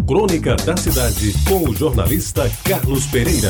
Crônica da Cidade, com o jornalista Carlos Pereira.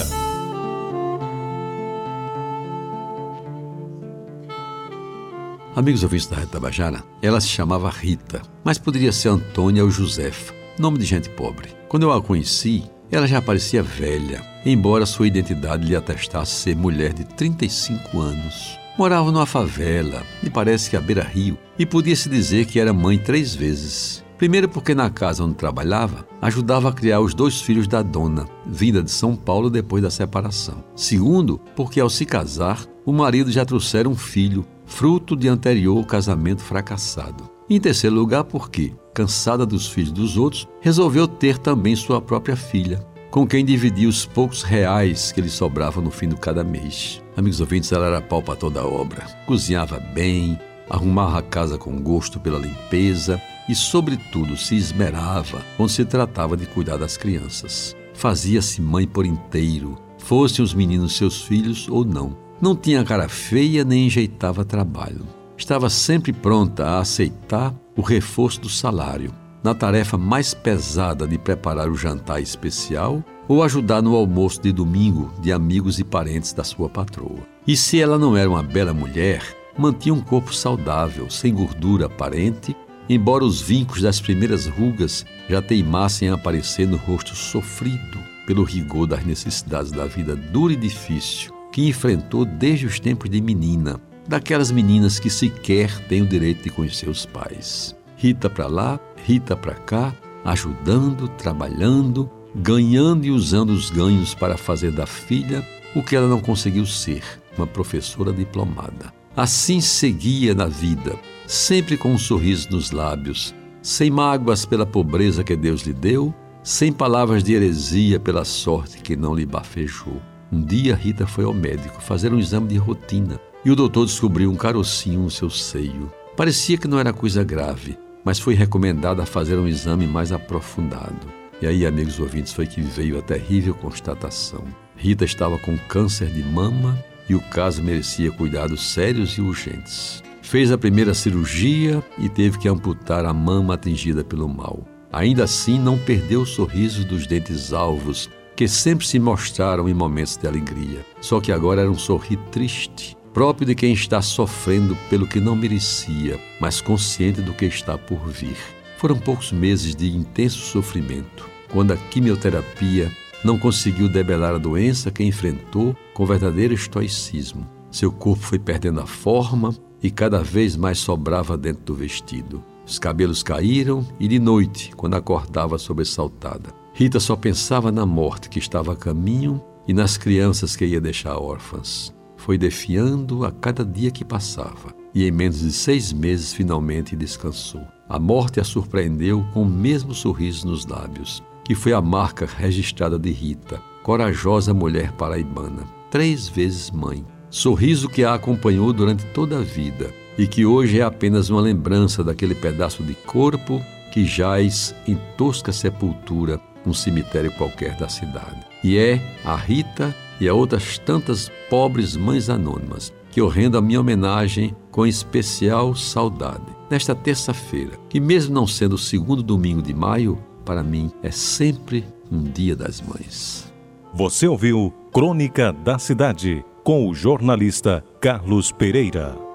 Amigos ouvintes da Rádio Tabajara, ela se chamava Rita, mas poderia ser Antônia ou Josefa, nome de gente pobre. Quando eu a conheci, ela já parecia velha, embora sua identidade lhe atestasse ser mulher de 35 anos. Morava numa favela, me parece que à beira-rio, e podia-se dizer que era mãe 3 vezes. Primeiro porque na casa onde trabalhava, ajudava a criar os 2 filhos da dona, vinda de São Paulo depois da separação. Segundo, porque ao se casar, o marido já trouxera um filho, fruto de anterior casamento fracassado. Em terceiro lugar, porque, cansada dos filhos dos outros, resolveu ter também sua própria filha, com quem dividia os poucos reais que lhe sobravam no fim de cada mês. Amigos ouvintes, ela era pau para toda a obra. Cozinhava bem, arrumava a casa com gosto pela limpeza e, sobretudo, se esmerava quando se tratava de cuidar das crianças. Fazia-se mãe por inteiro, fossem os meninos seus filhos ou não. Não tinha cara feia nem enjeitava trabalho. Estava sempre pronta a aceitar o reforço do salário, na tarefa mais pesada de preparar o jantar especial ou ajudar no almoço de domingo de amigos e parentes da sua patroa. E se ela não era uma bela mulher, mantinha um corpo saudável, sem gordura aparente, embora os vincos das primeiras rugas já teimassem a aparecer no rosto sofrido pelo rigor das necessidades da vida dura e difícil que enfrentou desde os tempos de menina, daquelas meninas que sequer têm o direito de conhecer os pais. Rita para lá, Rita para cá, ajudando, trabalhando, ganhando e usando os ganhos para fazer da filha o que ela não conseguiu ser, uma professora diplomada. Assim seguia na vida, sempre com um sorriso nos lábios, sem mágoas pela pobreza que Deus lhe deu, sem palavras de heresia pela sorte que não lhe bafejou. Um dia Rita foi ao médico fazer um exame de rotina e o doutor descobriu um carocinho no seu seio. Parecia que não era coisa grave, mas foi recomendada a fazer um exame mais aprofundado. E aí, amigos ouvintes, foi que veio a terrível constatação. Rita estava com câncer de mama e o caso merecia cuidados sérios e urgentes. Fez a primeira cirurgia e teve que amputar a mama atingida pelo mal. Ainda assim, não perdeu o sorriso dos dentes alvos, que sempre se mostraram em momentos de alegria. Só que agora era um sorrir triste, próprio de quem está sofrendo pelo que não merecia, mas consciente do que está por vir. Foram poucos meses de intenso sofrimento, quando a quimioterapia não conseguiu debelar a doença que enfrentou com verdadeiro estoicismo. Seu corpo foi perdendo a forma e cada vez mais sobrava dentro do vestido. Os cabelos caíram e de noite, quando acordava sobressaltada, Rita só pensava na morte que estava a caminho e nas crianças que ia deixar órfãs. Foi definhando a cada dia que passava e em menos de 6 meses finalmente descansou. A morte a surpreendeu com o mesmo sorriso nos lábios, que foi a marca registrada de Rita, corajosa mulher paraibana, 3 vezes mãe. Sorriso que a acompanhou durante toda a vida e que hoje é apenas uma lembrança daquele pedaço de corpo que jaz em tosca sepultura num cemitério qualquer da cidade. E é a Rita e a outras tantas pobres mães anônimas que eu rendo a minha homenagem com especial saudade nesta terça-feira, que mesmo não sendo o 2º domingo de maio, para mim é sempre um dia das mães. Você ouviu Crônica da Cidade, com o jornalista Carlos Pereira.